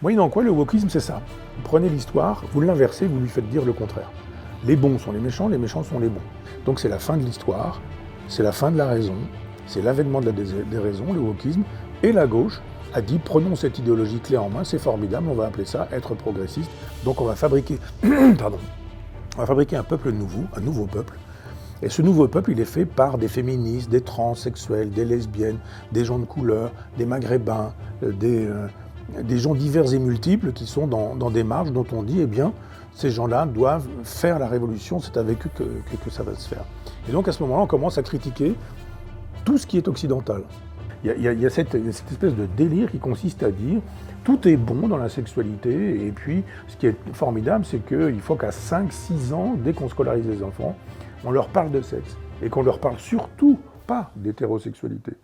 Moyennant quoi, le wokisme, c'est ça. Vous prenez l'histoire, vous l'inversez, vous lui faites dire le contraire. Les bons sont les méchants sont les bons. Donc c'est la fin de l'histoire, c'est la fin de la raison, c'est l'avènement de la déraison, le wokisme, et la gauche a dit prenons cette idéologie clé en main, c'est formidable, on va appeler ça être progressiste, donc on va fabriquer, on va fabriquer un peuple nouveau, un nouveau peuple, et ce nouveau peuple il est fait par des féministes, des transsexuels, des lesbiennes, des gens de couleur, des maghrébins, des gens divers et multiples qui sont dans des marges dont on dit eh bien ces gens-là doivent faire la révolution, c'est avec eux que ça va se faire. Et donc à ce moment-là, on commence à critiquer tout ce qui est occidental. Il y a cette espèce de délire qui consiste à dire tout est bon dans la sexualité, et puis ce qui est formidable, c'est qu'il faut qu'à 5-6 ans, dès qu'on scolarise les enfants, on leur parle de sexe, et qu'on leur parle surtout pas d'hétérosexualité.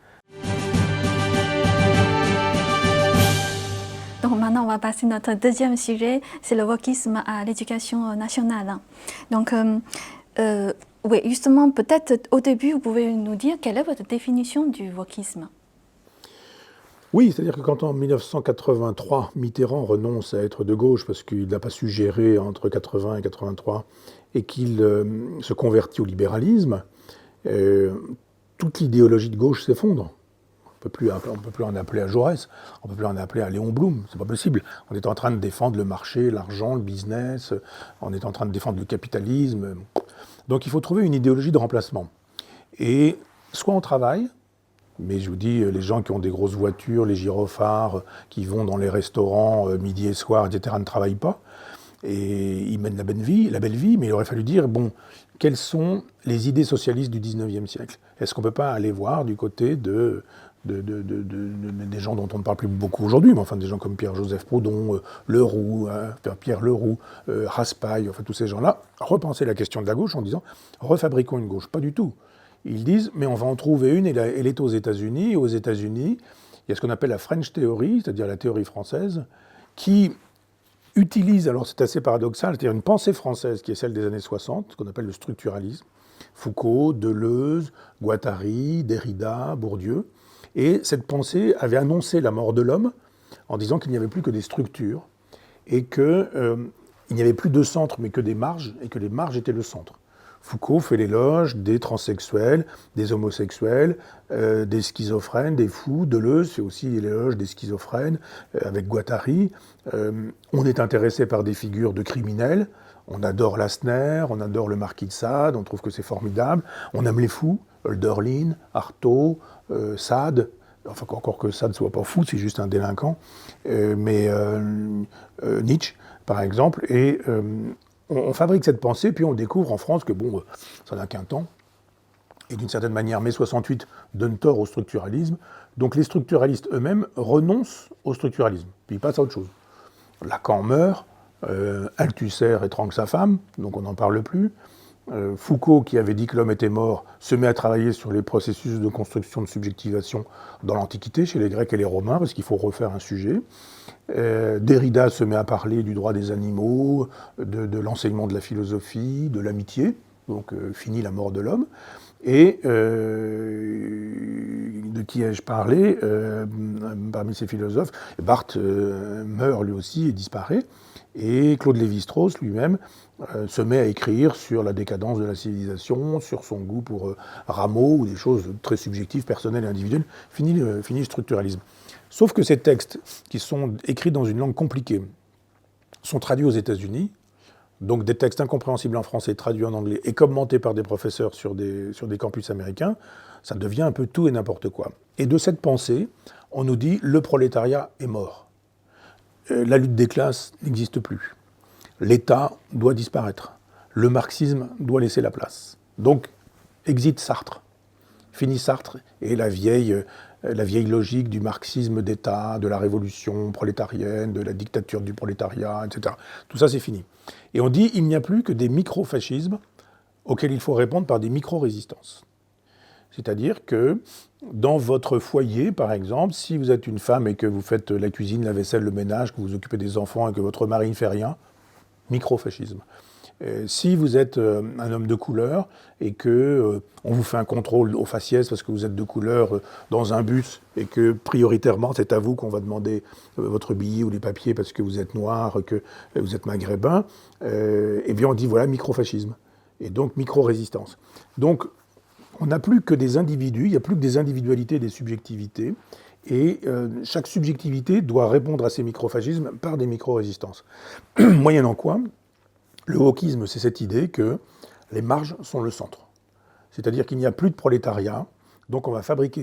Donc maintenant, on va passer à notre deuxième sujet, c'est le wokisme à l'éducation nationale. Donc, oui, justement, peut-être au début, vous pouvez nous dire quelle est votre définition du wokisme? Oui, c'est-à-dire que quand en 1983, Mitterrand renonce à être de gauche parce qu'il n'a pas su gérer entre 80 et 83 et qu'il se convertit au libéralisme, toute l'idéologie de gauche s'effondre. On ne peut plus en appeler à Jaurès, on ne peut plus en appeler à Léon Blum, c'est pas possible. On est en train de défendre le marché, l'argent, le business, on est en train de défendre le capitalisme. Donc il faut trouver une idéologie de remplacement. Et soit on travaille, mais je vous dis, les gens qui ont des grosses voitures, les gyrophares, qui vont dans les restaurants midi et soir, etc., ne travaillent pas. Et ils mènent la belle vie, mais il aurait fallu dire, bon, quelles sont les idées socialistes du 19e siècle? Est-ce qu'on ne peut pas aller voir du côté des gens dont on ne parle plus beaucoup aujourd'hui, mais enfin des gens comme Pierre-Joseph Proudhon, Leroux, Pierre Leroux, Raspail, enfin tous ces gens-là, repenser la question de la gauche en disant refabriquons une gauche. Pas du tout. Ils disent mais on va en trouver une et elle est aux États-Unis. Et aux États-Unis, il y a ce qu'on appelle la French Theory, c'est-à-dire la théorie française, qui utilise, alors c'est assez paradoxal, c'est-à-dire une pensée française qui est celle des années 60, ce qu'on appelle le structuralisme, Foucault, Deleuze, Guattari, Derrida, Bourdieu. Et cette pensée avait annoncé la mort de l'homme en disant qu'il n'y avait plus que des structures et qu'il n'y avait plus de centre mais que des marges et que les marges étaient le centre. Foucault fait l'éloge des transsexuels, des homosexuels, des schizophrènes, des fous. Deleuze fait aussi l'éloge des schizophrènes avec Guattari. On est intéressé par des figures de criminels. On adore Lassner, on adore le Marquis de Sade, on trouve que c'est formidable. On aime les fous, Hölderlin, Artaud, Sade. Enfin, encore que Sade ne soit pas fou, c'est juste un délinquant. Mais Nietzsche, par exemple. Et on fabrique cette pensée, puis on découvre en France que, bon, ça n'a qu'un temps. Et d'une certaine manière, mai 68 donne tort au structuralisme. Donc les structuralistes eux-mêmes renoncent au structuralisme. Puis ils passent à autre chose. Lacan meurt, Althusser étrangle sa femme, donc on n'en parle plus. Foucault, qui avait dit que l'homme était mort, se met à travailler sur les processus de construction de subjectivation dans l'Antiquité, chez les Grecs et les Romains, parce qu'il faut refaire un sujet. Derrida se met à parler du droit des animaux, de l'enseignement de la philosophie, de l'amitié, donc fini la mort de l'homme. Et de qui ai-je parlé parmi ces philosophes? Barthes meurt lui aussi et disparaît. Et Claude Lévi-Strauss lui-même se met à écrire sur la décadence de la civilisation, sur son goût pour Rameau, ou des choses très subjectives, personnelles et individuelles. Fini le structuralisme. Sauf que ces textes, qui sont écrits dans une langue compliquée, sont traduits aux États-Unis, donc des textes incompréhensibles en français, traduits en anglais, et commentés par des professeurs sur des campus américains, ça devient un peu tout et n'importe quoi. Et de cette pensée, on nous dit le prolétariat est mort. La lutte des classes n'existe plus. L'État doit disparaître. Le marxisme doit laisser la place. Donc, exit Sartre. Fini Sartre et la vieille logique du marxisme d'État, de la révolution prolétarienne, de la dictature du prolétariat, etc. Tout ça, c'est fini. Et on dit il n'y a plus que des micro-fascismes auxquels il faut répondre par des micro-résistances. C'est-à-dire que dans votre foyer, par exemple, si vous êtes une femme et que vous faites la cuisine, la vaisselle, le ménage, que vous vous occupez des enfants et que votre mari ne fait rien, micro-fascisme. Si vous êtes un homme de couleur et que on vous fait un contrôle au faciès parce que vous êtes de couleur dans un bus et que prioritairement c'est à vous qu'on va demander votre billet ou les papiers parce que vous êtes noir, que vous êtes maghrébin, eh bien on dit voilà microfascisme et donc micro-résistance. Donc on n'a plus que des individus, il n'y a plus que des individualités, des subjectivités. Et chaque subjectivité doit répondre à ces microfascismes par des micro-résistances. Moyennant quoi, le wokisme, c'est cette idée que les marges sont le centre. C'est-à-dire qu'il n'y a plus de prolétariat, donc on va fabriquer,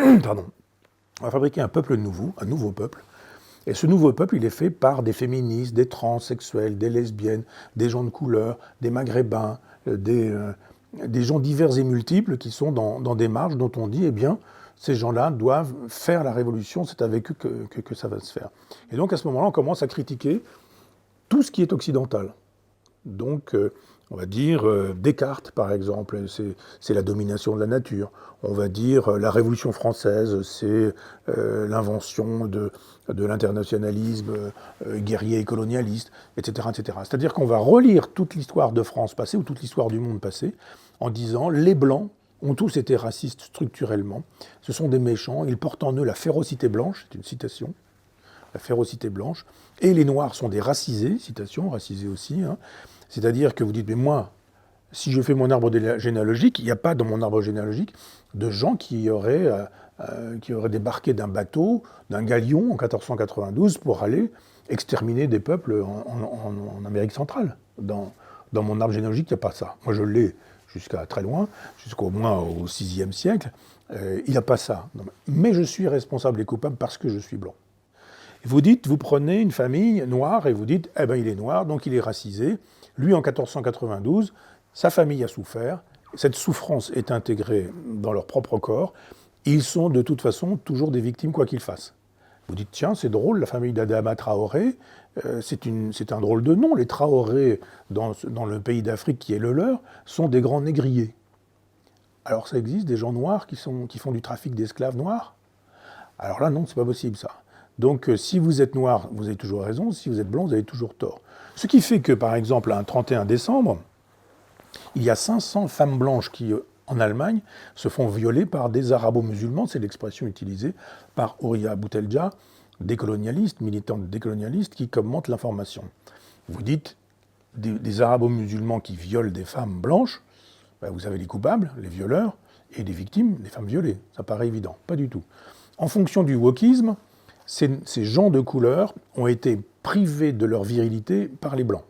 un peuple nouveau, un nouveau peuple. Et ce nouveau peuple, il est fait par des féministes, des transsexuels, des lesbiennes, des gens de couleur, des maghrébins, des gens divers et multiples qui sont dans des marges dont on dit, eh bien, ces gens-là doivent faire la révolution, c'est avec eux que ça va se faire. Et donc à ce moment-là, on commence à critiquer tout ce qui est occidental. Donc, on va dire Descartes, par exemple, c'est la domination de la nature. On va dire la Révolution française, c'est l'invention de l'internationalisme guerrier et colonialiste, etc., etc. C'est-à-dire qu'on va relire toute l'histoire de France passée ou toute l'histoire du monde passé en disant les Blancs ont tous été racistes structurellement. Ce sont des méchants, ils portent en eux la férocité blanche, c'est une citation, la férocité blanche, et les Noirs sont des racisés, citation, racisés aussi, hein. C'est-à-dire que vous dites, mais moi, si je fais mon arbre généalogique, il n'y a pas dans mon arbre généalogique de gens qui auraient débarqué d'un bateau, d'un galion en 1492 pour aller exterminer des peuples en Amérique centrale. Dans mon arbre généalogique, il n'y a pas ça. Moi, je l'ai jusqu'à très loin, jusqu'au moins au VIe siècle. Il n'y a pas ça. Mais je suis responsable et coupable parce que je suis blanc. Vous dites, vous prenez une famille noire et vous dites, eh ben il est noir, donc il est racisé. Lui, en 1492, sa famille a souffert. Cette souffrance est intégrée dans leur propre corps. Ils sont de toute façon toujours des victimes, quoi qu'ils fassent. Vous dites, tiens, c'est drôle, la famille d'Adama Traoré, c'est un drôle de nom. Les Traoré, dans le pays d'Afrique qui est le leur, sont des grands négriers. Alors ça existe, des gens noirs qui font du trafic d'esclaves noirs? Alors là, non, c'est pas possible, ça. Donc, si vous êtes noir, vous avez toujours raison. Si vous êtes blanc, vous avez toujours tort. Ce qui fait que, par exemple, un 31 décembre, il y a 500 femmes blanches qui, en Allemagne, se font violer par des arabo-musulmans. C'est l'expression utilisée par Ouria Boutelja, décolonialiste, militante décolonialiste, qui commente l'information. Vous dites, des arabo-musulmans qui violent des femmes blanches, ben vous avez les coupables, les violeurs, et les victimes, les femmes violées. Ça paraît évident. Pas du tout. En fonction du wokisme, ces gens de couleur ont été privés de leur virilité par les Blancs.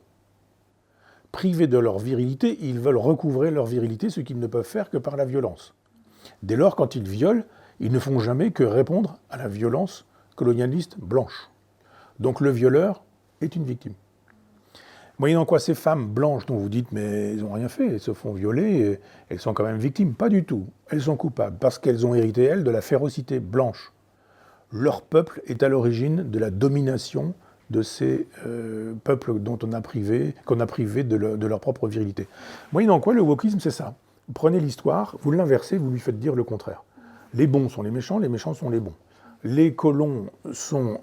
Privés de leur virilité, ils veulent recouvrer leur virilité, ce qu'ils ne peuvent faire que par la violence. Dès lors, quand ils violent, ils ne font jamais que répondre à la violence colonialiste blanche. Donc le violeur est une victime. Moyennant quoi, ces femmes blanches dont vous dites « mais elles n'ont rien fait, elles se font violer, et elles sont quand même victimes », pas du tout. Elles sont coupables parce qu'elles ont hérité, elles, de la férocité blanche. Leur peuple est à l'origine de la domination de ces peuples qu'on a privés de leur propre virilité. Moyennant quoi, le wokisme, c'est ça. Vous prenez l'histoire, vous l'inversez, vous lui faites dire le contraire. Les bons sont les méchants sont les bons. Les colons sont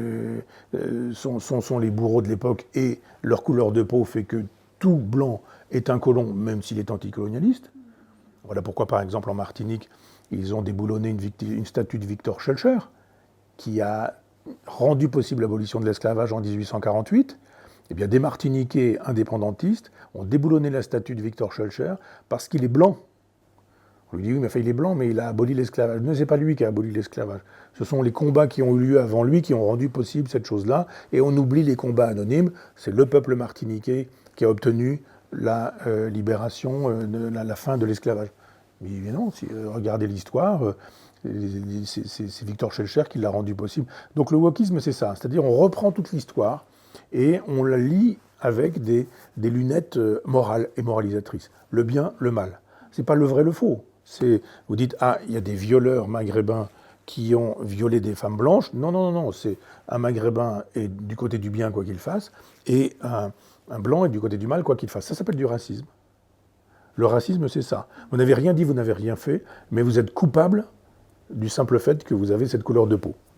les bourreaux de l'époque et leur couleur de peau fait que tout blanc est un colon, même s'il est anticolonialiste. Voilà pourquoi, par exemple, en Martinique, ils ont déboulonné une statue de Victor Schœlcher, qui a rendu possible l'abolition de l'esclavage en 1848, eh bien, des Martiniquais indépendantistes ont déboulonné la statue de Victor Schœlcher parce qu'il est blanc. On lui dit, oui, mais enfin, il est blanc, mais il a aboli l'esclavage. Non, c'est pas lui qui a aboli l'esclavage. Ce sont les combats qui ont eu lieu avant lui qui ont rendu possible cette chose-là. Et on oublie les combats anonymes. C'est le peuple martiniquais qui a obtenu la libération, la fin de l'esclavage. Mais non, regardez l'histoire. C'est Victor Schœlcher qui l'a rendu possible. Donc le wokisme, c'est ça. C'est-à-dire on reprend toute l'histoire et on la lit avec des lunettes morales et moralisatrices. Le bien, le mal. C'est pas le vrai, le faux. Vous dites, ah, il y a des violeurs maghrébins qui ont violé des femmes blanches. Non. C'est un maghrébin est du côté du bien, quoi qu'il fasse, et un blanc est du côté du mal, quoi qu'il fasse. Ça s'appelle du racisme. Le racisme, c'est ça. Vous n'avez rien dit, vous n'avez rien fait, mais vous êtes coupable du simple fait que vous avez cette couleur de peau.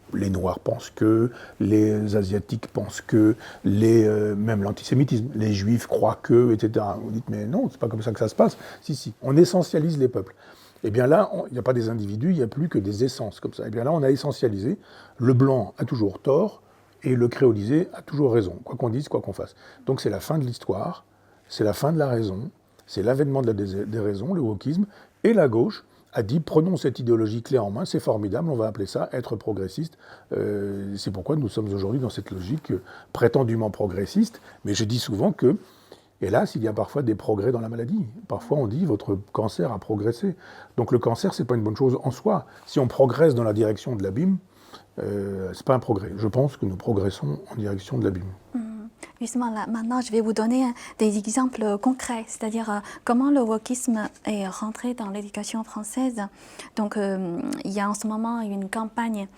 les Noirs pensent que, les Asiatiques pensent que, même l'antisémitisme, les Juifs croient que, etc. Vous dites, mais non, c'est pas comme ça que ça se passe. Si, si, on essentialise les peuples. Eh bien là, il n'y a pas des individus, il n'y a plus que des essences comme ça. Eh bien là, on a essentialisé. Le blanc a toujours tort et le créolisé a toujours raison, quoi qu'on dise, quoi qu'on fasse. Donc c'est la fin de l'histoire, c'est la fin de la raison, c'est l'avènement de la déraison, le wokisme, et la gauche a dit prenons cette idéologie clé en main, c'est formidable, on va appeler ça être progressiste. C'est pourquoi nous sommes aujourd'hui dans cette logique prétendument progressiste, mais je dis souvent que, hélas, il y a parfois des progrès dans la maladie. Parfois on dit votre cancer a progressé. Donc le cancer, c'est pas une bonne chose en soi. Si on progresse dans la direction de l'abîme, c'est pas un progrès. Je pense que nous progressons en direction de l'abîme. Justement, là, maintenant, je vais vous donner des exemples concrets, c'est-à-dire comment le wokisme est rentré dans l'éducation française. Donc, il y a en ce moment une campagne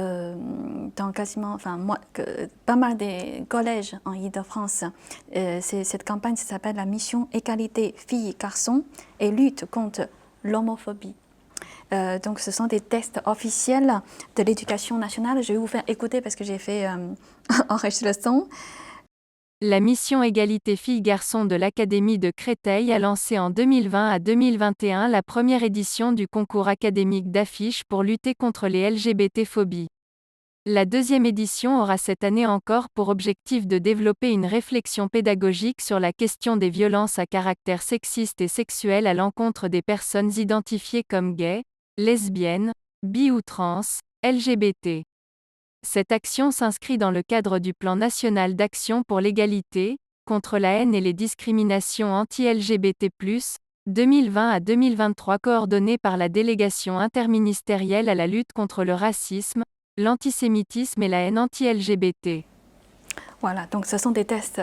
dans quasiment, pas mal des collèges en Île-de-France. Cette campagne s'appelle la mission égalité filles-garçons et lutte contre l'homophobie. Donc, ce sont des tests officiels de l'éducation nationale. Je vais vous faire écouter parce que j'ai fait enregistrer le son. La mission égalité filles-garçons de l'Académie de Créteil a lancé en 2020 à 2021 la première édition du concours académique d'affiches pour lutter contre les LGBT-phobies. La deuxième édition aura cette année encore pour objectif de développer une réflexion pédagogique sur la question des violences à caractère sexiste et sexuel à l'encontre des personnes identifiées comme gays, lesbiennes, bi ou trans, LGBT. Cette action s'inscrit dans le cadre du Plan national d'action pour l'égalité, contre la haine et les discriminations anti-LGBT+, 2020 à 2023 coordonné par la délégation interministérielle à la lutte contre le racisme, l'antisémitisme et la haine anti-LGBT. Voilà, donc ce sont des tests,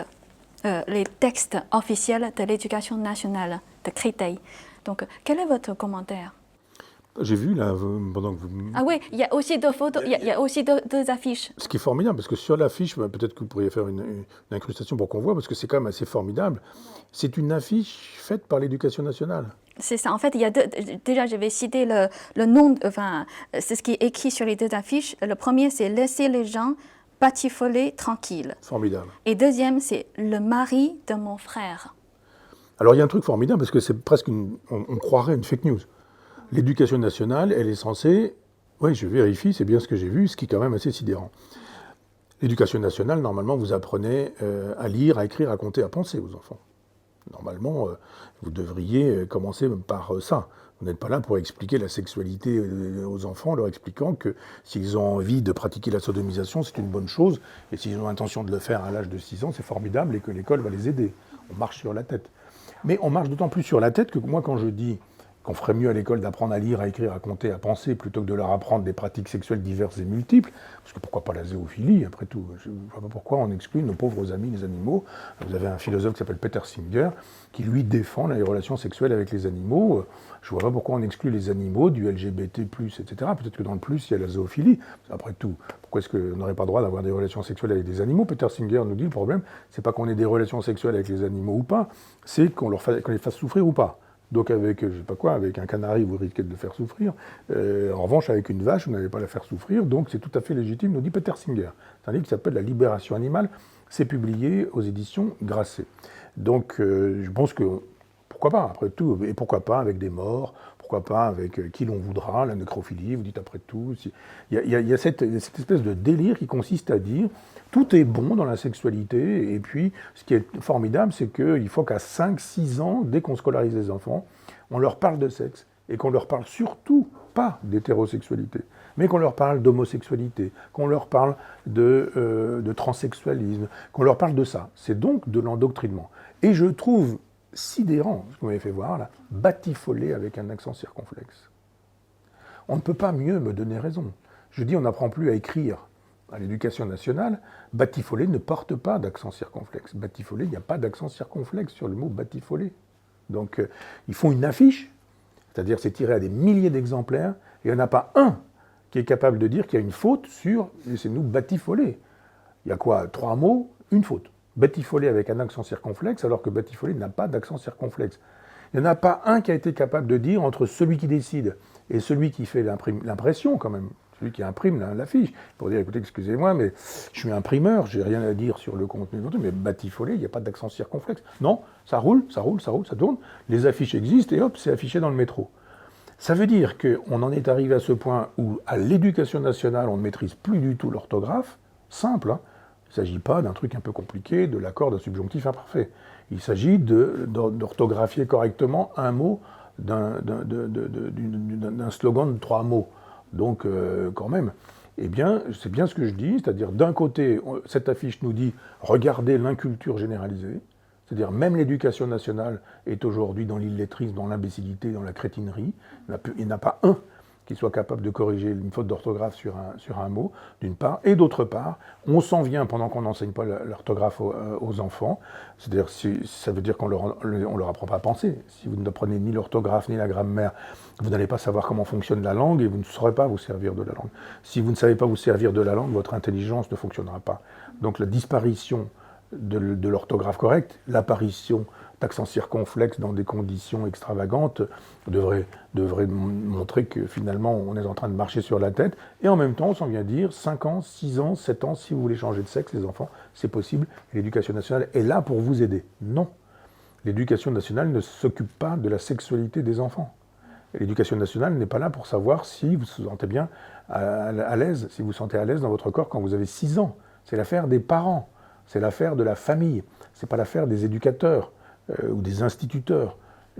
les textes officiels de l'éducation nationale de Créteil. Donc, quel est votre commentaire? J'ai vu là, pendant que vous... Ah oui, il y a aussi deux photos, il y a aussi deux affiches. Ce qui est formidable, parce que sur l'affiche, peut-être que vous pourriez faire une incrustation pour qu'on voit, parce que c'est quand même assez formidable. C'est une affiche faite par l'Éducation nationale. C'est ça. En fait, il y a deux. Déjà, je vais citer le nom. C'est ce qui est écrit sur les deux affiches. Le premier, c'est laisser les gens batifoler tranquilles. Formidable. Et deuxième, c'est le mari de mon frère. Alors il y a un truc formidable, parce que c'est presque on croirait une fake news. L'éducation nationale, elle est censée, oui, je vérifie, c'est bien ce que j'ai vu, ce qui est quand même assez sidérant. L'éducation nationale, normalement, vous apprenez à lire, à écrire, à compter, à penser aux enfants. Normalement, vous devriez commencer par ça. Vous n'êtes pas là pour expliquer la sexualité aux enfants, en leur expliquant que s'ils ont envie de pratiquer la sodomisation, c'est une bonne chose, et s'ils ont l'intention de le faire à l'âge de 6 ans, c'est formidable, et que l'école va les aider. On marche sur la tête. Mais on marche d'autant plus sur la tête que moi, quand je dis qu'on ferait mieux à l'école d'apprendre à lire, à écrire, à compter, à penser, plutôt que de leur apprendre des pratiques sexuelles diverses et multiples. Parce que pourquoi pas la zoophilie, après tout? Je ne vois pas pourquoi on exclut nos pauvres amis les animaux. Vous avez un philosophe qui s'appelle Peter Singer, qui lui défend les relations sexuelles avec les animaux. Je ne vois pas pourquoi on exclut les animaux du LGBT+, etc. Peut-être que dans le plus, il y a la zoophilie. Après tout, pourquoi est-ce qu'on n'aurait pas le droit d'avoir des relations sexuelles avec des animaux? Peter Singer nous dit le problème, c'est pas qu'on ait des relations sexuelles avec les animaux ou pas, c'est qu'on les fasse souffrir ou pas. Donc avec, je sais pas quoi, avec un canari, vous risquez de le faire souffrir. En revanche, avec une vache, vous n'allez pas la faire souffrir. Donc c'est tout à fait légitime, nous dit Peter Singer. C'est un livre qui s'appelle La libération animale. C'est publié aux éditions Grasset. Donc je pense que, pourquoi pas, après tout, et pourquoi pas avec des morts, pourquoi pas avec qui l'on voudra, la nécrophilie, vous dites après tout. Il y a cette espèce de délire qui consiste à dire tout est bon dans la sexualité, et puis ce qui est formidable, c'est qu'il faut qu'à 5-6 ans, dès qu'on scolarise les enfants, on leur parle de sexe, et qu'on leur parle surtout pas d'hétérosexualité, mais qu'on leur parle d'homosexualité, qu'on leur parle de transsexualisme, qu'on leur parle de ça. C'est donc de l'endoctrinement. Et je trouve sidérant, ce que vous m'avez fait voir là, batifolé avec un accent circonflexe. On ne peut pas mieux me donner raison. Je dis, on n'apprend plus à écrire à l'éducation nationale. Batifolé ne porte pas d'accent circonflexe. Batifolé, il n'y a pas d'accent circonflexe sur le mot batifolé. Donc, ils font une affiche, c'est-à-dire c'est tiré à des milliers d'exemplaires, et il n'y en a pas un qui est capable de dire qu'il y a une faute sur « laissez-nous batifoler ». Il y a quoi? 3 mots, une faute. Batifolé avec un accent circonflexe, alors que batifolé n'a pas d'accent circonflexe. Il n'y en a pas un qui a été capable de dire entre celui qui décide et celui qui fait l'impression, quand même, celui qui imprime l'affiche, pour dire, écoutez, excusez-moi, mais je suis imprimeur, j'ai rien à dire sur le contenu, mais batifolé, il n'y a pas d'accent circonflexe. Non, ça roule, ça tourne, les affiches existent, et hop, c'est affiché dans le métro. Ça veut dire qu'on en est arrivé à ce point où, à l'éducation nationale, on ne maîtrise plus du tout l'orthographe, simple, hein. Il ne s'agit pas d'un truc un peu compliqué, de l'accord d'un subjonctif imparfait. Il s'agit d'orthographier correctement un mot d'un slogan de 3 mots. Donc, quand même, eh bien, c'est bien ce que je dis, c'est-à-dire, d'un côté, cette affiche nous dit « Regardez l'inculture généralisée », c'est-à-dire, même l'éducation nationale est aujourd'hui dans l'illetrisme, dans l'imbécilité, dans la crétinerie. Il n'y en a pas un qui soit capable de corriger une faute d'orthographe sur un mot, d'une part, et d'autre part, on s'en vient pendant qu'on n'enseigne pas l'orthographe aux enfants, c'est-à-dire ça veut dire qu'on leur apprend pas à penser. Si vous n'apprenez ni l'orthographe ni la grammaire, vous n'allez pas savoir comment fonctionne la langue et vous ne saurez pas vous servir de la langue. Si vous ne savez pas vous servir de la langue, votre intelligence ne fonctionnera pas. Donc la disparition de l'orthographe correcte, l'apparition d'accents circonflexes dans des conditions extravagantes devrait montrer que finalement on est en train de marcher sur la tête, et en même temps on s'en vient dire 5 ans, 6 ans, 7 ans, si vous voulez changer de sexe, les enfants, c'est possible, et l'éducation nationale est là pour vous aider. Non, l'éducation nationale ne s'occupe pas de la sexualité des enfants. L'éducation nationale n'est pas là pour savoir si vous vous sentez bien à l'aise, si vous vous sentez à l'aise dans votre corps quand vous avez 6 ans. C'est l'affaire des parents, c'est l'affaire de la famille, c'est pas l'affaire des éducateurs ou des instituteurs.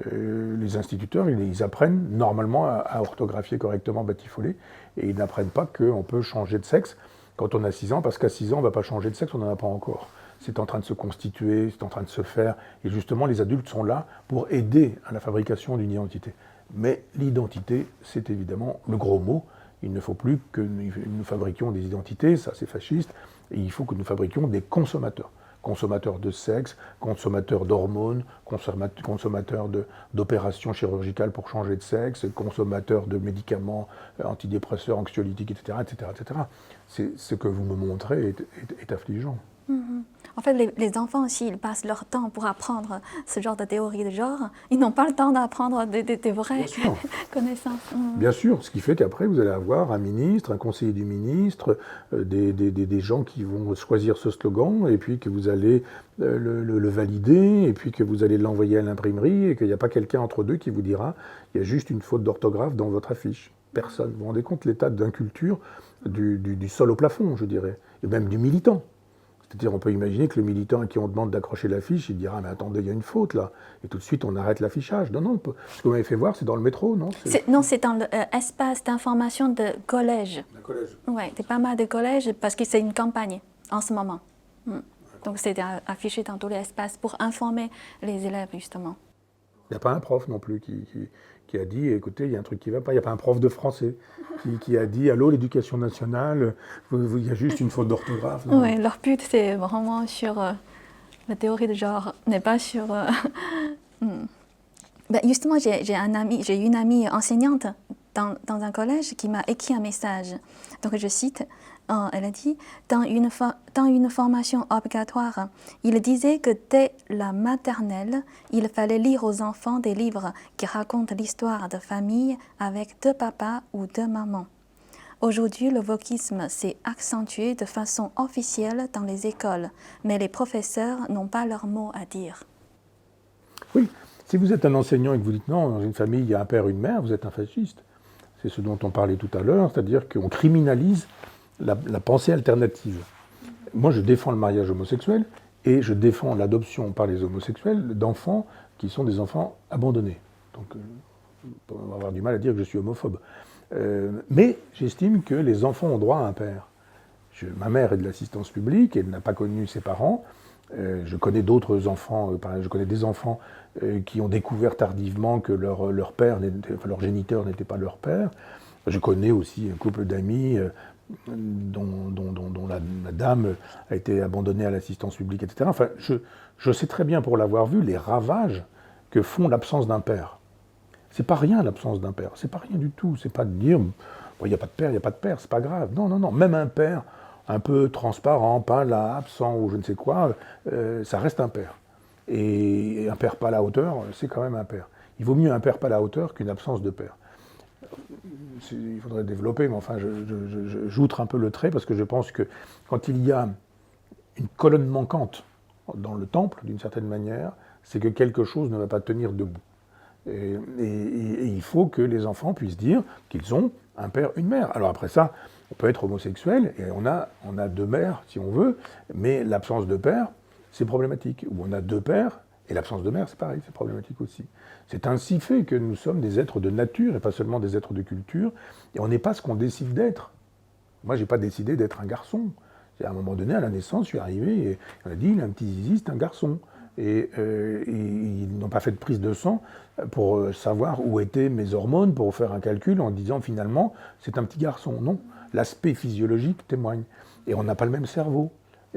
Les instituteurs, ils apprennent normalement à orthographier correctement batifolé, et ils n'apprennent pas qu'on peut changer de sexe quand on a 6 ans, parce qu'à 6 ans, on ne va pas changer de sexe, on n'en a pas encore. C'est en train de se constituer, c'est en train de se faire, et justement, les adultes sont là pour aider à la fabrication d'une identité. Mais l'identité, c'est évidemment le gros mot. Il ne faut plus que nous fabriquions des identités, ça c'est fasciste, et il faut que nous fabriquions des consommateurs. Consommateurs de sexe, consommateurs d'hormones, consommateurs d'opérations chirurgicales pour changer de sexe, consommateurs de médicaments antidépresseurs, anxiolytiques, etc. etc., etc. Ce que vous me montrez est affligeant. Mm-hmm. En fait, les enfants aussi, ils passent leur temps pour apprendre ce genre de théorie de genre. Ils n'ont pas le temps d'apprendre des vraies connaissances. Mm. Bien sûr, ce qui fait qu'après, vous allez avoir un ministre, un conseiller du ministre, des gens qui vont choisir ce slogan, et puis que vous allez le valider, et puis que vous allez l'envoyer à l'imprimerie, et qu'il n'y a pas quelqu'un entre deux qui vous dira « il y a juste une faute d'orthographe dans votre affiche ». Personne. Vous vous rendez compte l'état d'inculture du sol au plafond, je dirais, et même du militant. C'est-à-dire, on peut imaginer que le militant à qui on demande d'accrocher l'affiche, il dira « mais attendez, il y a une faute là », et tout de suite on arrête l'affichage. Non, non, ce que vous m'avez fait voir, c'est dans le métro, non? Non, c'est dans l'espace d'information de collège. Un collège. Oui, c'est pas mal de collèges, parce que c'est une campagne en ce moment. Mm. Donc c'est affiché dans tous les espaces pour informer les élèves, justement. Il n'y a pas un prof non plus qui a dit « écoutez, il y a un truc qui ne va pas ». Il n'y a pas un prof de français qui a dit « allô, l'éducation nationale, il y a juste une faute d'orthographe ». Oui, leur but, c'est vraiment sur la théorie de genre, mais pas sur... Ben justement, j'ai une amie enseignante dans un collège qui m'a écrit un message. Donc je cite, elle a dit « dans une formation obligatoire, il disait que dès la maternelle, il fallait lire aux enfants des livres qui racontent l'histoire de famille avec 2 papas ou 2 mamans. Aujourd'hui, le wokisme s'est accentué de façon officielle dans les écoles, mais les professeurs n'ont pas leur mot à dire. » Oui, si vous êtes un enseignant et que vous dites non, dans une famille, il y a un père et une mère, vous êtes un fasciste. C'est ce dont on parlait tout à l'heure, c'est-à-dire qu'on criminalise la pensée alternative. Moi, je défends le mariage homosexuel et je défends l'adoption par les homosexuels d'enfants qui sont des enfants abandonnés. Donc, on va avoir du mal à dire que je suis homophobe. Mais j'estime que les enfants ont droit à un père. Ma mère est de l'assistance publique, elle n'a pas connu ses parents. Je connais d'autres enfants, je connais des enfants qui ont découvert tardivement que leur père, leur géniteur n'était pas leur père. Je connais aussi un couple d'amis dont la dame a été abandonnée à l'assistance publique, etc. Enfin, je sais très bien, pour l'avoir vu, les ravages que font l'absence d'un père. C'est pas rien, l'absence d'un père. C'est pas rien du tout. C'est pas de dire, il n'y a pas de père, c'est pas grave. Non, non, non. Même un père un peu transparent, pas là, absent ou je ne sais quoi, ça reste un père. Et un père pas à la hauteur, c'est quand même un père. Il vaut mieux un père pas à la hauteur qu'une absence de père. il faudrait développer, mais enfin, j'outre un peu le trait parce que je pense que quand il y a une colonne manquante dans le temple, d'une certaine manière, c'est que quelque chose ne va pas tenir debout. Et il faut que les enfants puissent dire qu'ils ont un père, une mère. Alors après ça, on peut être homosexuel et on a deux mères, si on veut, mais l'absence de père, c'est problématique. Ou on a deux pères, et l'absence de mère, c'est pareil, c'est problématique aussi. C'est ainsi fait que nous sommes des êtres de nature, et pas seulement des êtres de culture, et on n'est pas ce qu'on décide d'être. Moi, je n'ai pas décidé d'être un garçon. À un moment donné, à la naissance, je suis arrivé, et on a dit, il a un petit zizi, c'est un garçon. Et ils n'ont pas fait de prise de sang pour savoir où étaient mes hormones, pour faire un calcul en disant, finalement, c'est un petit garçon. Non, l'aspect physiologique témoigne. Et on n'a pas le même cerveau.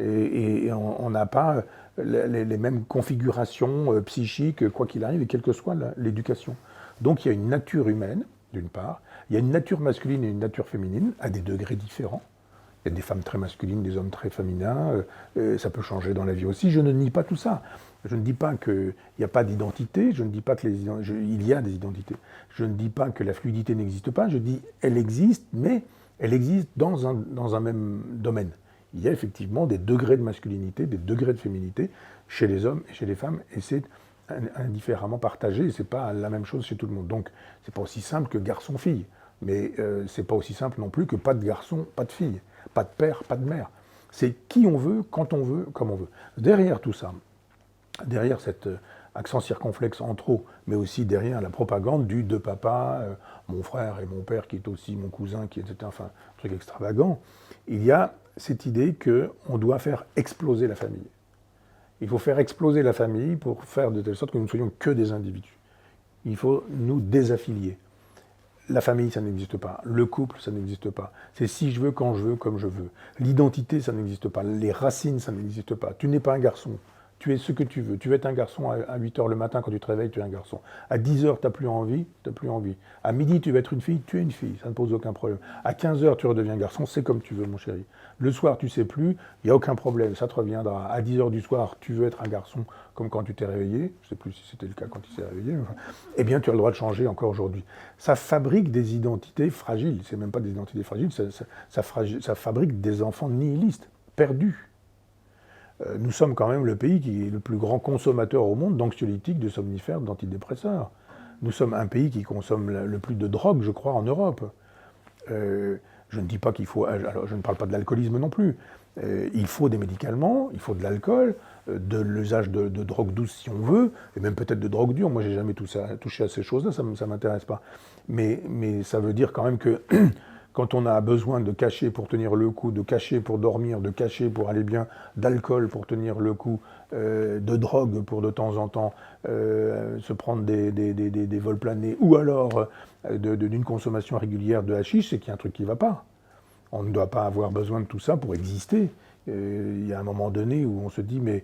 Et on n'a pas les mêmes configurations psychiques, quoi qu'il arrive, et quelle que soit l'éducation. Donc il y a une nature humaine, d'une part, il y a une nature masculine et une nature féminine, à des degrés différents. Il y a des femmes très masculines, des hommes très féminins, ça peut changer dans la vie aussi. Je ne nie pas tout ça. Je ne dis pas qu'il n'y a pas d'identité, je ne dis pas qu'il y a des identités. Je ne dis pas que la fluidité n'existe pas, je dis elle existe, mais elle existe dans un même domaine. Il y a effectivement des degrés de masculinité, des degrés de féminité chez les hommes et chez les femmes, et c'est indifféremment partagé, et ce n'est pas la même chose chez tout le monde. Donc, ce n'est pas aussi simple que garçon-fille, mais ce n'est pas aussi simple non plus que pas de garçon, pas de fille, pas de père, pas de mère. C'est qui on veut, quand on veut, comme on veut. Derrière tout ça, derrière cet accent circonflexe en trop, mais aussi derrière la propagande du deux papas, mon frère et mon père qui est aussi mon cousin, qui est enfin un truc extravagant, il y a cette idée qu'on doit faire exploser la famille. Il faut faire exploser la famille pour faire de telle sorte que nous ne soyons que des individus. Il faut nous désaffilier. La famille, ça n'existe pas. Le couple, ça n'existe pas. C'est si je veux, quand je veux, comme je veux. L'identité, ça n'existe pas. Les racines, ça n'existe pas. Tu n'es pas un garçon. Tu es ce que tu veux. Tu veux être un garçon à 8 h le matin quand tu te réveilles, tu es un garçon. À 10 h, tu n'as plus envie, tu n'as plus envie. À midi, tu veux être une fille, tu es une fille. Ça ne pose aucun problème. À 15 h, tu redeviens garçon, c'est comme tu veux, mon chéri. Le soir, tu ne sais plus, il n'y a aucun problème, ça te reviendra. À 10 h du soir, tu veux être un garçon comme quand tu t'es réveillé. Je ne sais plus si c'était le cas quand il s'est réveillé. Enfin, eh bien, tu as le droit de changer encore aujourd'hui. Ça fabrique des identités fragiles. Ce n'est même pas des identités fragiles, ça fabrique des enfants nihilistes, perdus. Nous sommes quand même le pays qui est le plus grand consommateur au monde d'anxiolytiques, de somnifères, d'antidépresseurs. Nous sommes un pays qui consomme le plus de drogue, je crois, en Europe. Je ne dis pas qu'il faut... Alors, je ne parle pas de l'alcoolisme non plus. Il faut des médicaments, il faut de l'alcool, de l'usage de drogue douce si on veut, et même peut-être de drogue dure. Moi, je n'ai jamais touché à ces choses-là, ça ne m'intéresse pas. Mais ça veut dire quand même que... Quand on a besoin de cacher pour tenir le coup, de cacher pour dormir, de cacher pour aller bien, d'alcool pour tenir le coup, de drogue pour de temps en temps se prendre des vols planés, ou alors d'une consommation régulière de hashish, c'est qu'il y a un truc qui ne va pas. On ne doit pas avoir besoin de tout ça pour exister. Il y a un moment donné où on se dit, mais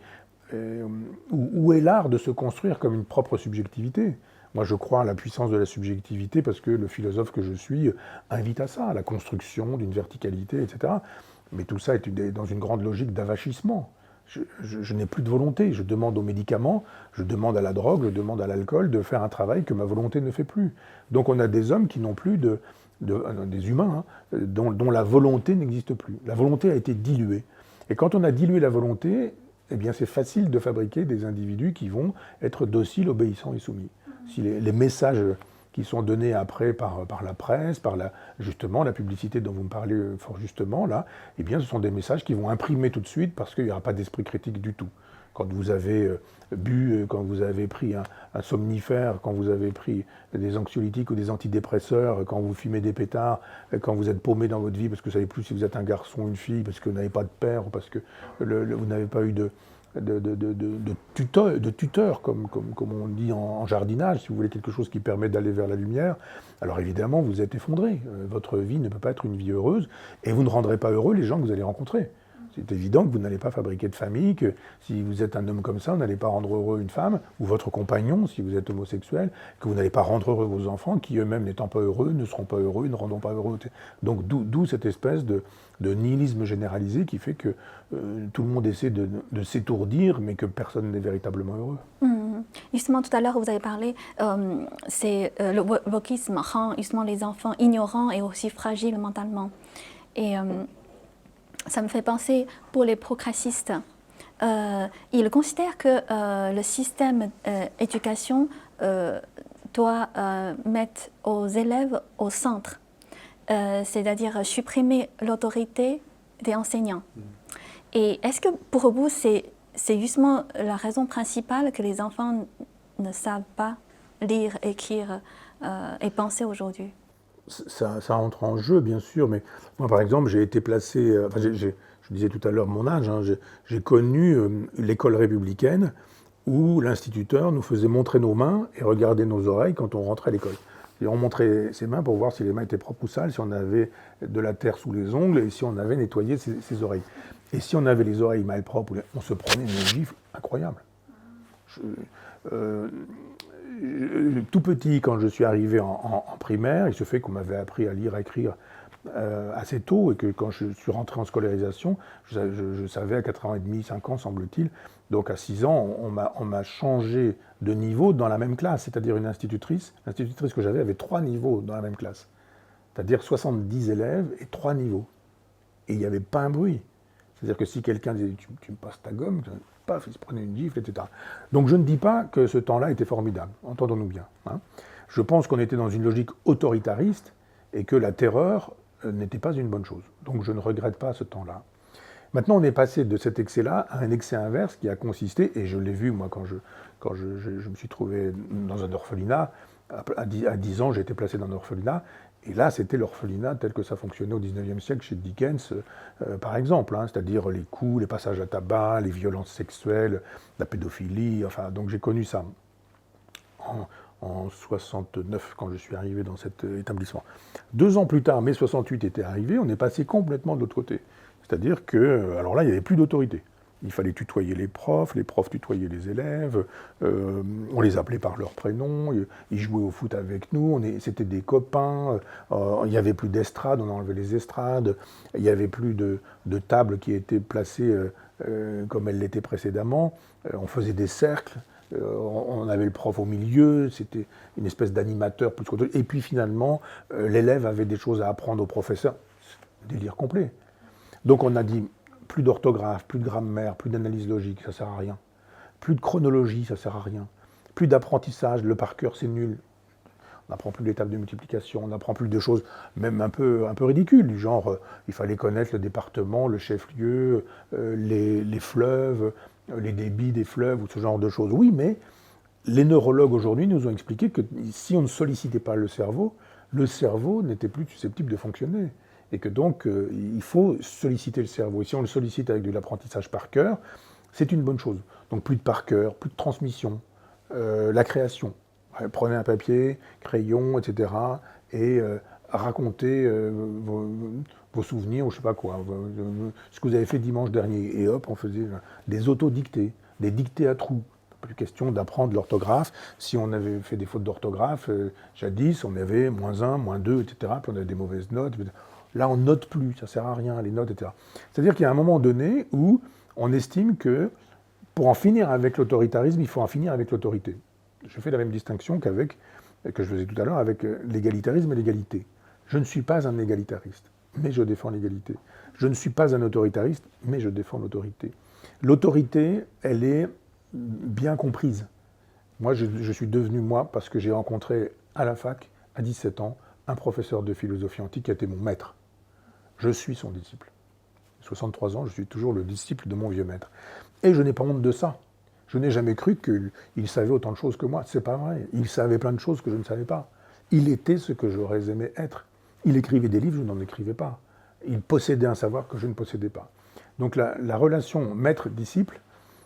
où est l'art de se construire comme une propre subjectivité ? Moi, je crois à la puissance de la subjectivité parce que le philosophe que je suis invite à ça, à la construction d'une verticalité, etc. Mais tout ça est dans une grande logique d'avachissement. Je n'ai plus de volonté. Je demande aux médicaments, je demande à la drogue, je demande à l'alcool de faire un travail que ma volonté ne fait plus. Donc on a des hommes qui n'ont plus des humains, hein, dont la volonté n'existe plus. La volonté a été diluée. Et quand on a dilué la volonté, eh bien c'est facile de fabriquer des individus qui vont être dociles, obéissants et soumis. Si les messages qui sont donnés après par la presse, justement la publicité dont vous me parlez fort justement, là, eh bien ce sont des messages qui vont imprimer tout de suite parce qu'il n'y aura pas d'esprit critique du tout. Quand vous avez bu, quand vous avez pris un somnifère, quand vous avez pris des anxiolytiques ou des antidépresseurs, quand vous fumez des pétards, quand vous êtes paumé dans votre vie parce que vous ne savez plus si vous êtes un garçon ou une fille, parce que vous n'avez pas de père ou parce que vous n'avez pas eu de tuteur, comme on dit en jardinage, si vous voulez quelque chose qui permet d'aller vers la lumière, alors évidemment vous êtes effondré. Votre vie ne peut pas être une vie heureuse, et vous ne rendrez pas heureux les gens que vous allez rencontrer. C'est évident que vous n'allez pas fabriquer de famille, que si vous êtes un homme comme ça, vous n'allez pas rendre heureux une femme, ou votre compagnon, si vous êtes homosexuel, que vous n'allez pas rendre heureux vos enfants, qui eux-mêmes n'étant pas heureux, ne seront pas heureux, ne rendront pas heureux. Donc d'où cette espèce de nihilisme généralisé qui fait que tout le monde essaie de s'étourdir, mais que personne n'est véritablement heureux. Justement, tout à l'heure, vous avez parlé, le wokisme rend justement les enfants ignorants et aussi fragiles mentalement. Et ça me fait penser, pour les progressistes, ils considèrent que le système d'éducation doit mettre aux élèves au centre, c'est-à-dire supprimer l'autorité des enseignants. Et est-ce que pour vous, c'est justement la raison principale que les enfants ne savent pas lire, écrire et penser aujourd'hui? Ça entre en jeu, bien sûr, mais moi, par exemple, j'ai été placé, je disais tout à l'heure mon âge, hein, j'ai connu l'école républicaine où l'instituteur nous faisait montrer nos mains et regarder nos oreilles quand on rentrait à l'école. Et on montrait ses mains pour voir si les mains étaient propres ou sales, si on avait de la terre sous les ongles et si on avait nettoyé ses oreilles. Et si on avait les oreilles mal propres, on se prenait une gifle incroyable. Tout petit, quand je suis arrivé en primaire, il se fait qu'on m'avait appris à lire et écrire assez tôt, et que quand je suis rentré en scolarisation, je savais à 4 ans et demi, 5 ans semble-t-il, donc à 6 ans, on m'a changé de niveau dans la même classe, c'est-à-dire l'institutrice que j'avais avait 3 niveaux dans la même classe, c'est-à-dire 70 élèves et 3 niveaux, et il n'y avait pas un bruit. C'est-à-dire que si quelqu'un disait « tu me passes ta gomme », paf, il se prenait une gifle, etc. Donc je ne dis pas que ce temps-là était formidable, entendons-nous bien. Hein. Je pense qu'on était dans une logique autoritariste et que la terreur n'était pas une bonne chose. Donc je ne regrette pas ce temps-là. Maintenant, on est passé de cet excès-là à un excès inverse qui a consisté, et je l'ai vu moi quand je me suis trouvé dans un orphelinat, à 10 ans j'ai été placé dans un orphelinat, et là c'était l'orphelinat tel que ça fonctionnait au XIXe siècle chez Dickens, par exemple, hein, c'est-à-dire les coups, les passages à tabac, les violences sexuelles, la pédophilie, enfin, donc j'ai connu ça en 69 quand je suis arrivé dans cet établissement. 2 ans plus tard, mai 68 était arrivé, on est passé complètement de l'autre côté. C'est-à-dire que, alors là, il n'y avait plus d'autorité. Il fallait tutoyer les profs tutoyaient les élèves, on les appelait par leur prénom, ils jouaient au foot avec nous, c'était des copains, il n'y avait plus d'estrade, on enlevait les estrades, il n'y avait plus de tables qui étaient placées comme elles l'étaient précédemment, on faisait des cercles, on avait le prof au milieu, c'était une espèce d'animateur plus qu'autre chose, et puis finalement, l'élève avait des choses à apprendre au professeur, délire complet. Donc on a dit, plus d'orthographe, plus de grammaire, plus d'analyse logique, ça ne sert à rien. Plus de chronologie, ça ne sert à rien. Plus d'apprentissage, le par cœur, c'est nul. On n'apprend plus les tables de multiplication, on n'apprend plus de choses même un peu ridicules, du genre il fallait connaître le département, le chef-lieu, les fleuves, les débits des fleuves, ou ce genre de choses. Oui, mais les neurologues aujourd'hui nous ont expliqué que si on ne sollicitait pas le cerveau n'était plus susceptible de fonctionner. Et que donc, il faut solliciter le cerveau. Et si on le sollicite avec de l'apprentissage par cœur, c'est une bonne chose. Donc plus de par cœur, plus de transmission, la création. Prenez un papier, crayon, etc. et racontez vos souvenirs, ou je ne sais pas quoi, ce que vous avez fait dimanche dernier. Et hop, on faisait des autodictées, des dictées à trous. Plus question d'apprendre l'orthographe. Si on avait fait des fautes d'orthographe, jadis, on avait -1, -2, etc. Puis on avait des mauvaises notes. Là, on note plus, ça ne sert à rien, les notes, etc. C'est-à-dire qu'il y a un moment donné où on estime que pour en finir avec l'autoritarisme, il faut en finir avec l'autorité. Je fais la même distinction que je faisais tout à l'heure avec l'égalitarisme et l'égalité. Je ne suis pas un égalitariste, mais je défends l'égalité. Je ne suis pas un autoritariste, mais je défends l'autorité. L'autorité, elle est bien comprise. Moi, je suis devenu moi parce que j'ai rencontré à la fac, à 17 ans, un professeur de philosophie antique qui a été mon maître. Je suis son disciple. 63 ans, je suis toujours le disciple de mon vieux maître. Et je n'ai pas honte de ça. Je n'ai jamais cru qu'il savait autant de choses que moi. C'est pas vrai. Il savait plein de choses que je ne savais pas. Il était ce que j'aurais aimé être. Il écrivait des livres, je n'en écrivais pas. Il possédait un savoir que je ne possédais pas. Donc la relation maître-disciple,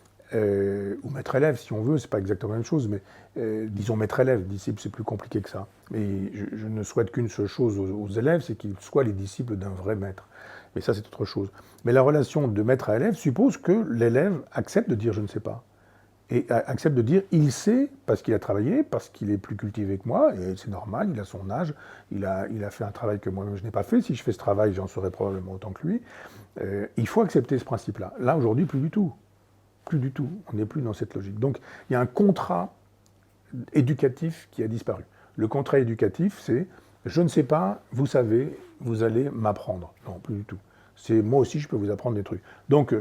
ou maître-élève si on veut, c'est pas exactement la même chose, mais disons maître-élève, disciple c'est plus compliqué que ça. Mais je ne souhaite qu'une seule chose aux élèves, c'est qu'ils soient les disciples d'un vrai maître. Mais ça c'est autre chose. Mais la relation de maître à élève suppose que l'élève accepte de dire je ne sais pas. Et accepte de dire il sait parce qu'il a travaillé, parce qu'il est plus cultivé que moi, et c'est normal, il a son âge, il a fait un travail que moi-même je n'ai pas fait. Si je fais ce travail, j'en saurai probablement autant que lui. Il faut accepter ce principe-là. Là aujourd'hui, plus du tout. Plus du tout. On n'est plus dans cette logique. Donc il y a un contrat éducatif qui a disparu. Le contrat éducatif, c'est « je ne sais pas, vous savez, vous allez m'apprendre ». Non, plus du tout. C'est « moi aussi, je peux vous apprendre des trucs ». Donc,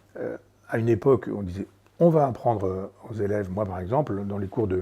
à une époque, on disait « on va apprendre aux élèves », moi par exemple, dans les cours de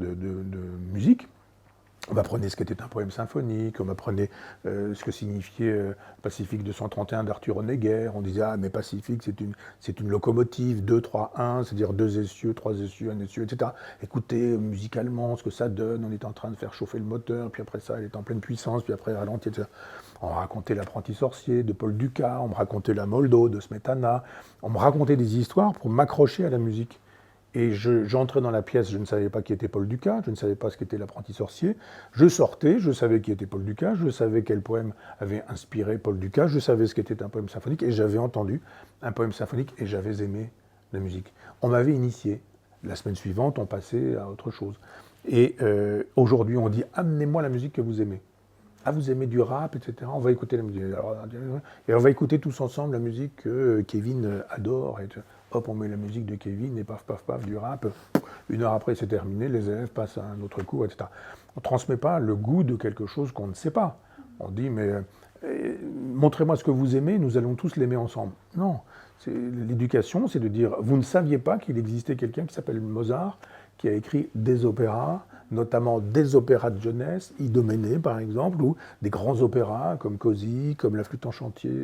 musique, on m'apprenait ce qu'était un poème symphonique, on m'apprenait ce que signifiait Pacifique 231 d'Arthur Honegger. On disait « ah, mais Pacifique, c'est une locomotive, 2, 3, 1, c'est-à-dire 2 essieux, 3 essieux, 1 essieu, etc. » Écoutez musicalement ce que ça donne, on est en train de faire chauffer le moteur, puis après ça, elle est en pleine puissance, puis après elle ralentit, etc. On me racontait L'apprenti sorcier de Paul Dukas, on me racontait La Moldo de Smetana, on me racontait des histoires pour m'accrocher à la musique. Et j'entrais dans la pièce, je ne savais pas qui était Paul Dukas, je ne savais pas ce qu'était L'apprenti sorcier. Je sortais, je savais qui était Paul Dukas, je savais quel poème avait inspiré Paul Dukas, je savais ce qu'était un poème symphonique, et j'avais entendu un poème symphonique, et j'avais aimé la musique. On m'avait initié. La semaine suivante, on passait à autre chose. Et aujourd'hui, on dit « amenez-moi la musique que vous aimez ». Ah, vous aimez du rap, etc. On va écouter la musique. Et on va écouter tous ensemble la musique que Kevin adore. Et hop, on met la musique de Kevin et paf, paf, paf, du rap. 1 heure après, c'est terminé. Les élèves passent à un autre cours, etc. On ne transmet pas le goût de quelque chose qu'on ne sait pas. On dit, mais montrez-moi ce que vous aimez, nous allons tous l'aimer ensemble. Non. L'éducation, c'est de dire, vous ne saviez pas qu'il existait quelqu'un qui s'appelle Mozart, qui a écrit des opéras, notamment des opéras de jeunesse, Idoménée par exemple, ou des grands opéras comme Così, comme La flûte enchantée,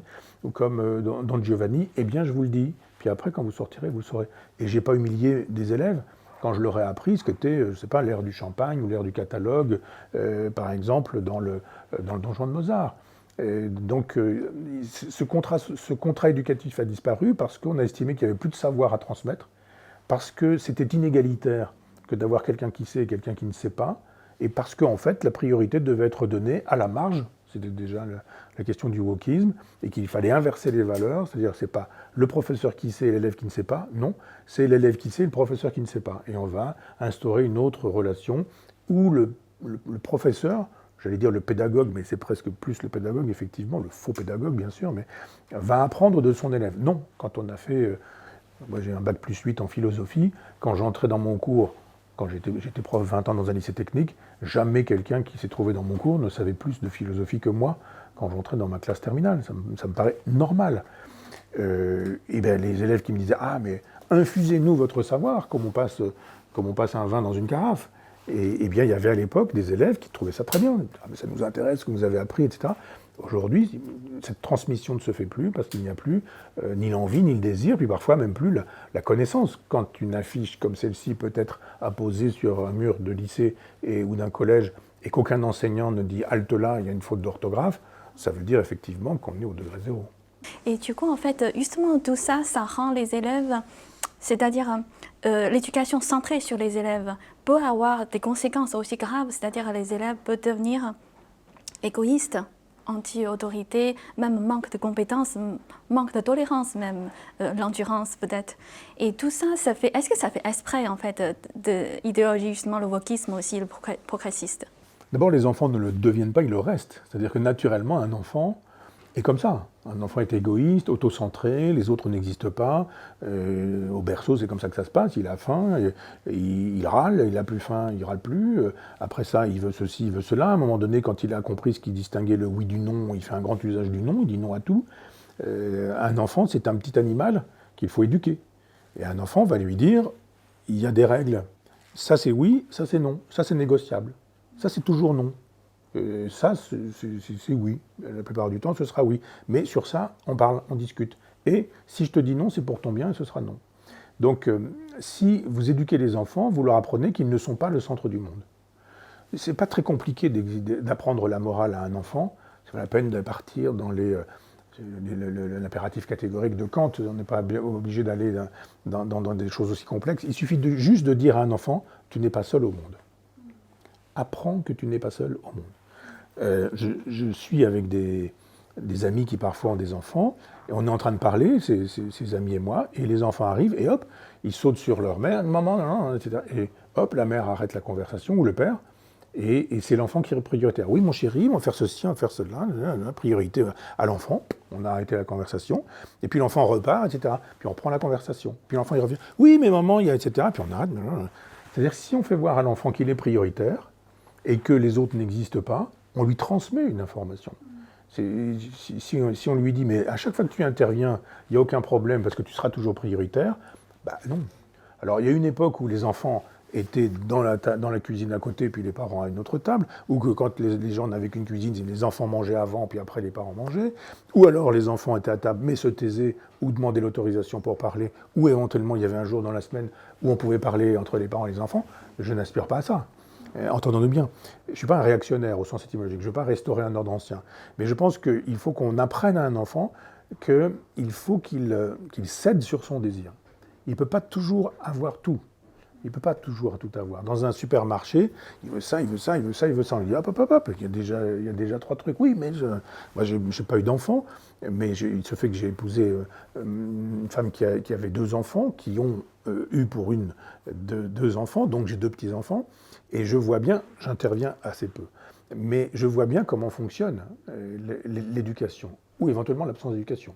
ou comme Don Giovanni, eh bien je vous le dis. Puis après, quand vous sortirez, vous le saurez. Et je n'ai pas humilié des élèves quand je leur ai appris ce qu'était, je ne sais pas, l'air du Champagne ou l'air du catalogue, par exemple, dans le Don Juan de Mozart. Donc ce contrat éducatif a disparu parce qu'on a estimé qu'il n'y avait plus de savoir à transmettre, parce que c'était inégalitaire que d'avoir quelqu'un qui sait et quelqu'un qui ne sait pas, et parce qu'en fait, la priorité devait être donnée à la marge, c'était déjà la question du wokisme, et qu'il fallait inverser les valeurs, c'est-à-dire c'est pas le professeur qui sait et l'élève qui ne sait pas, non, c'est l'élève qui sait et le professeur qui ne sait pas. Et on va instaurer une autre relation où le professeur, j'allais dire le pédagogue, mais c'est presque plus le pédagogue, effectivement, le faux pédagogue, bien sûr, mais va apprendre de son élève. Non, quand on a fait... moi, j'ai un bac +8 en philosophie. Quand j'entrais dans mon cours, quand j'étais prof 20 ans dans un lycée technique, jamais quelqu'un qui s'est trouvé dans mon cours ne savait plus de philosophie que moi quand j'entrais dans ma classe terminale. Ça me paraît normal. Et bien, les élèves qui me disaient « Ah, mais infusez-nous votre savoir, comme on passe un vin dans une carafe ». Et bien, il y avait à l'époque des élèves qui trouvaient ça très bien. « Ah, mais ça nous intéresse, ce que vous avez appris, etc. » Aujourd'hui, cette transmission ne se fait plus parce qu'il n'y a plus ni l'envie, ni le désir, puis parfois même plus la connaissance. Quand une affiche comme celle-ci peut être apposée sur un mur de lycée ou d'un collège et qu'aucun enseignant ne dit « halte là, il y a une faute d'orthographe », ça veut dire effectivement qu'on est au degré zéro. Et du coup, en fait, justement, tout ça, ça rend les élèves, c'est-à-dire l'éducation centrée sur les élèves, peut avoir des conséquences aussi graves, c'est-à-dire les élèves peuvent devenir égoïstes, anti-autorité, même manque de compétences, manque de tolérance même, l'endurance peut-être. Et tout ça, ça fait, est-ce que ça fait exprès en fait de l'idéologie, justement le wokisme aussi, le progressiste? D'abord, les enfants ne le deviennent pas, ils le restent. C'est-à-dire que naturellement, un enfant est comme ça. Un enfant est égoïste, autocentré, les autres n'existent pas. Au berceau, c'est comme ça que ça se passe. Il a faim, il râle, il a plus faim, il râle plus. Après ça, il veut ceci, il veut cela. À un moment donné, quand il a compris ce qui distinguait le oui du non, il fait un grand usage du non, il dit non à tout. Un enfant, c'est un petit animal qu'il faut éduquer. Et un enfant va lui dire, il y a des règles. Ça c'est oui, ça c'est non. Ça c'est négociable. Ça c'est toujours non. Ça, c'est oui. La plupart du temps, ce sera oui. Mais sur ça, on parle, on discute. Et si je te dis non, c'est pour ton bien et ce sera non. Donc, si vous éduquez les enfants, vous leur apprenez qu'ils ne sont pas le centre du monde. C'est pas très compliqué d'apprendre la morale à un enfant. C'est pas la peine de partir dans l'impératif catégorique de Kant. On n'est pas obligé d'aller dans des choses aussi complexes. Il suffit juste de dire à un enfant, tu n'es pas seul au monde. Apprends que tu n'es pas seul au monde. Je suis avec des amis qui parfois ont des enfants, et on est en train de parler, ces amis et moi, et les enfants arrivent, et hop, ils sautent sur leur mère, maman, non, etc. Et hop, la mère arrête la conversation, ou le père, et c'est l'enfant qui est prioritaire. Oui, mon chéri, on va faire ceci, on va faire cela, priorité à l'enfant, on a arrêté la conversation, et puis l'enfant repart, etc. Puis on reprend la conversation, puis l'enfant il revient, oui, mais maman, il y a, etc. Puis on arrête, C'est-à-dire que si on fait voir à l'enfant qu'il est prioritaire et que les autres n'existent pas, on lui transmet une information. Si on lui dit, mais à chaque fois que tu interviens, il n'y a aucun problème parce que tu seras toujours prioritaire, bah non. Alors il y a une époque où les enfants étaient dans la cuisine à côté, puis les parents à une autre table, ou que quand les gens n'avaient qu'une cuisine, les enfants mangeaient avant, puis après les parents mangeaient, ou alors les enfants étaient à table mais se taisaient ou demandaient l'autorisation pour parler, ou éventuellement il y avait un jour dans la semaine où on pouvait parler entre les parents et les enfants. Je n'aspire pas à ça. Entendons-nous bien, je ne suis pas un réactionnaire au sens étymologique, je ne veux pas restaurer un ordre ancien, mais je pense qu'il faut qu'on apprenne à un enfant qu'il faut qu'il cède sur son désir. Il ne peut pas toujours avoir tout. Il ne peut pas toujours tout avoir. Dans un supermarché, il veut ça, il veut ça, il veut ça, il veut ça. On lui dit hop, hop, hop, hop, il y a déjà 3 trucs. Oui, mais moi, je n'ai pas eu d'enfant, mais il se fait que j'ai épousé une femme qui avait 2 enfants, qui ont eu pour une 2 enfants, donc j'ai 2 petits-enfants, et je vois bien, j'interviens assez peu, mais je vois bien comment fonctionne l'éducation, ou éventuellement l'absence d'éducation.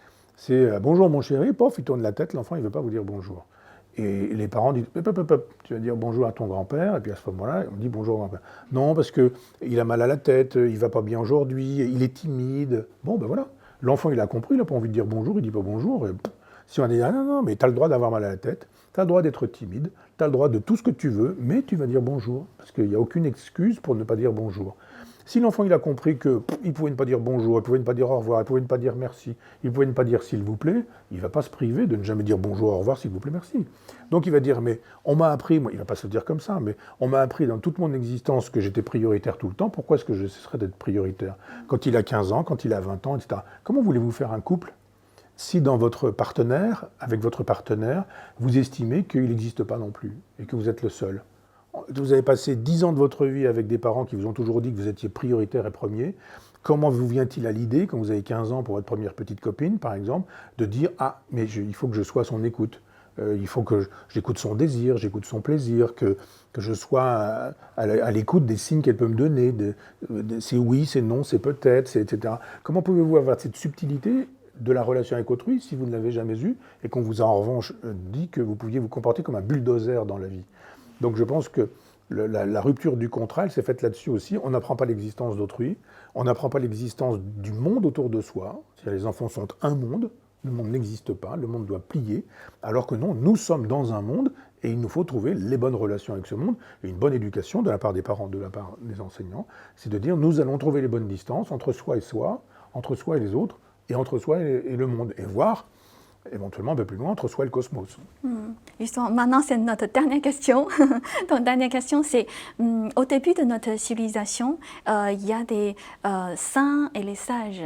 C'est bonjour mon chéri, pof, il tourne la tête, l'enfant il ne veut pas vous dire bonjour. Et les parents disent, tu vas dire bonjour à ton grand-père, et puis à ce moment-là, on dit bonjour au grand-père. Non, parce qu'il a mal à la tête, il ne va pas bien aujourd'hui, il est timide. Bon, ben voilà. L'enfant, il a compris, il n'a pas envie de dire bonjour, il ne dit pas bonjour. Et si on dit, ah non, mais tu as le droit d'avoir mal à la tête, tu as le droit d'être timide, tu as le droit de tout ce que tu veux, mais tu vas dire bonjour, parce qu'il n'y a aucune excuse pour ne pas dire bonjour. Si l'enfant il a compris qu'il pouvait ne pas dire bonjour, il pouvait ne pas dire au revoir, il pouvait ne pas dire merci, il pouvait ne pas dire s'il vous plaît, il ne va pas se priver de ne jamais dire bonjour, au revoir, s'il vous plaît, merci. Donc il va dire, mais on m'a appris, moi, il ne va pas se le dire comme ça, mais on m'a appris dans toute mon existence que j'étais prioritaire tout le temps, pourquoi est-ce que je cesserais d'être prioritaire? Quand il a 15 ans, quand il a 20 ans, etc. Comment voulez-vous faire un couple si dans votre partenaire, avec votre partenaire, vous estimez qu'il n'existe pas non plus et que vous êtes le seul? Vous avez passé 10 ans de votre vie avec des parents qui vous ont toujours dit que vous étiez prioritaire et premier. Comment vous vient-il à l'idée, quand vous avez 15 ans pour votre première petite copine, par exemple, de dire « Ah, mais il faut que je sois à son écoute. Il faut que j'écoute son désir, j'écoute son plaisir, que je sois à l'écoute des signes qu'elle peut me donner. C'est oui, c'est non, c'est peut-être, etc. » Comment pouvez-vous avoir cette subtilité de la relation avec autrui si vous ne l'avez jamais eue et qu'on vous a en revanche dit que vous pouviez vous comporter comme un bulldozer dans la vie? Donc je pense que la rupture du contrat, elle s'est faite là-dessus aussi. On n'apprend pas l'existence d'autrui, on n'apprend pas l'existence du monde autour de soi. C'est-à-dire les enfants sont un monde, le monde n'existe pas, le monde doit plier, alors que non, nous sommes dans un monde et il nous faut trouver les bonnes relations avec ce monde et une bonne éducation de la part des parents, de la part des enseignants. C'est de dire nous allons trouver les bonnes distances entre soi et soi, entre soi et les autres, et entre soi et le monde, et voir éventuellement un peu plus loin entre soi et le cosmos. Justement, maintenant, c'est notre dernière question. Donc, dernière question, c'est au début de notre civilisation, il y a des saints et les sages.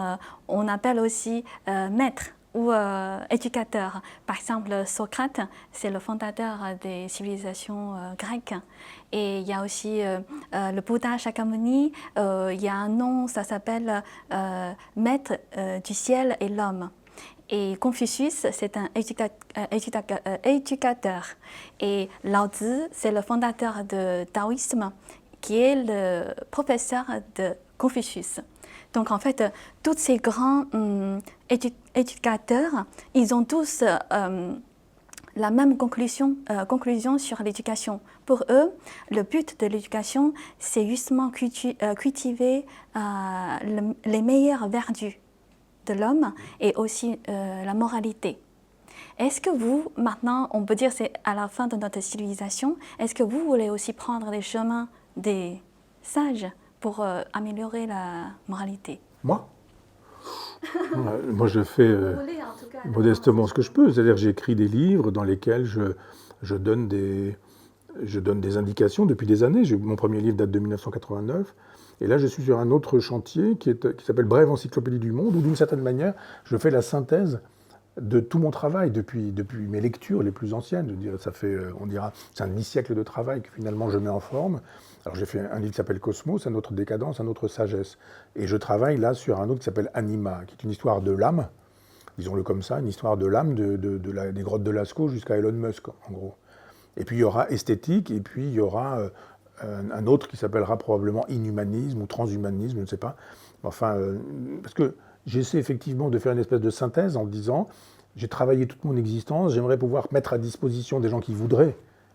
On appelle aussi maîtres ou éducateurs. Par exemple, Socrate, c'est le fondateur des civilisations grecques. Et il y a aussi le Bouddha Shakyamuni, il y a un nom, ça s'appelle maître du ciel et l'homme. Et Confucius, c'est un éducateur. Et Lao Tzu, c'est le fondateur du taoïsme, qui est le professeur de Confucius. Donc en fait, tous ces grands éducateurs, ils ont tous la même conclusion sur l'éducation. Pour eux, le but de l'éducation, c'est justement cultiver les meilleures vertus de l'homme et aussi la moralité. Est-ce que vous, maintenant, on peut dire c'est à la fin de notre civilisation, est-ce que vous voulez aussi prendre les chemins des sages pour améliorer la moralité? Moi Moi, je fais modestement ce que je peux. C'est-à-dire que j'écris des livres dans lesquels je donne des indications depuis des années. Mon premier livre date de 1989. Et là, je suis sur un autre chantier qui s'appelle Brève encyclopédie du monde, où d'une certaine manière, je fais la synthèse de tout mon travail depuis mes lectures les plus anciennes. Je dirais, ça fait, on dira, c'est un demi-siècle de travail que finalement je mets en forme. Alors j'ai fait un livre qui s'appelle Cosmos, un autre Décadence, un autre Sagesse. Et je travaille là sur un autre qui s'appelle Anima, qui est une histoire de l'âme, disons-le comme ça, une histoire de l'âme des grottes de Lascaux jusqu'à Elon Musk, en gros. Et puis il y aura esthétique, et puis il y aura un autre qui s'appellera probablement inhumanisme ou transhumanisme, je ne sais pas. Enfin, parce que j'essaie effectivement de faire une espèce de synthèse en disant, j'ai travaillé toute mon existence, j'aimerais pouvoir mettre à disposition des gens qui voudraient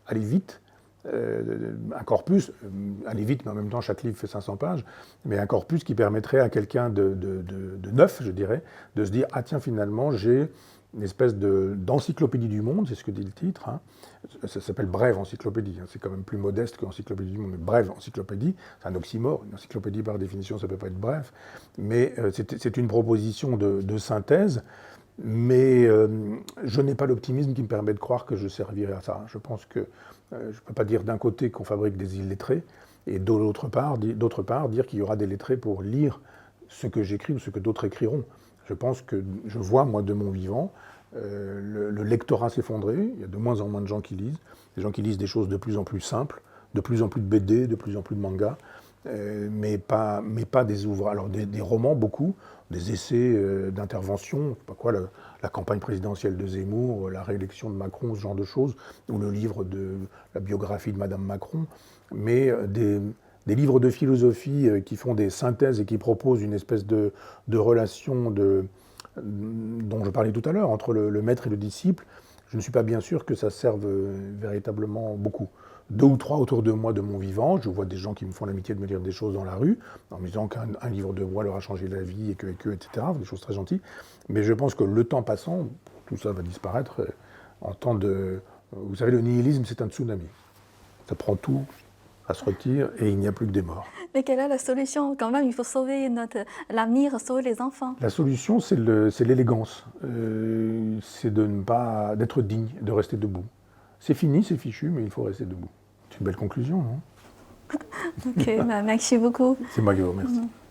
aller vite, un corpus, aller vite, mais en même temps, chaque livre fait 500 pages, mais un corpus qui permettrait à quelqu'un de neuf, je dirais, de se dire, ah tiens, finalement, j'ai une espèce d'encyclopédie du monde, c'est ce que dit le titre. Hein. Ça s'appelle Brève encyclopédie, hein. C'est quand même plus modeste que Encyclopédie du monde, mais Brève encyclopédie, c'est un oxymore. Une encyclopédie, par définition, ça ne peut pas être bref. Mais c'est une proposition de synthèse, mais je n'ai pas l'optimisme qui me permet de croire que je servirai à ça. Je pense que je ne peux pas dire d'un côté qu'on fabrique des illettrés, et d'autre part dire qu'il y aura des lettrés pour lire ce que j'écris ou ce que d'autres écriront. Je pense que je vois, moi, de mon vivant, le lectorat s'effondrer. Il y a de moins en moins de gens qui lisent. Des gens qui lisent des choses de plus en plus simples, de plus en plus de BD, de plus en plus de mangas, mais pas des ouvrages. Alors des romans, beaucoup, des essais d'intervention, je sais pas quoi, la campagne présidentielle de Zemmour, la réélection de Macron, ce genre de choses, ou le livre de la biographie de Madame Macron, mais des livres de philosophie qui font des synthèses et qui proposent une espèce de relation dont je parlais tout à l'heure, entre le maître et le disciple. Je ne suis pas bien sûr que ça serve véritablement beaucoup. 2 ou 3 autour de moi de mon vivant, je vois des gens qui me font l'amitié de me dire des choses dans la rue, en me disant qu'un livre de moi leur a changé la vie, et que, etc., des choses très gentilles. Mais je pense que le temps passant, tout ça va disparaître en temps de... Vous savez, le nihilisme, c'est un tsunami. Ça prend tout, ça se retire, et il n'y a plus que des morts. Mais quelle est la solution? Quand même, il faut sauver l'avenir, sauver les enfants. La solution, c'est l'élégance. C'est d'être digne, de rester debout. C'est fini, c'est fichu, mais il faut rester debout. C'est une belle conclusion, non? Ok, merci beaucoup. C'est moi qui vous remercie.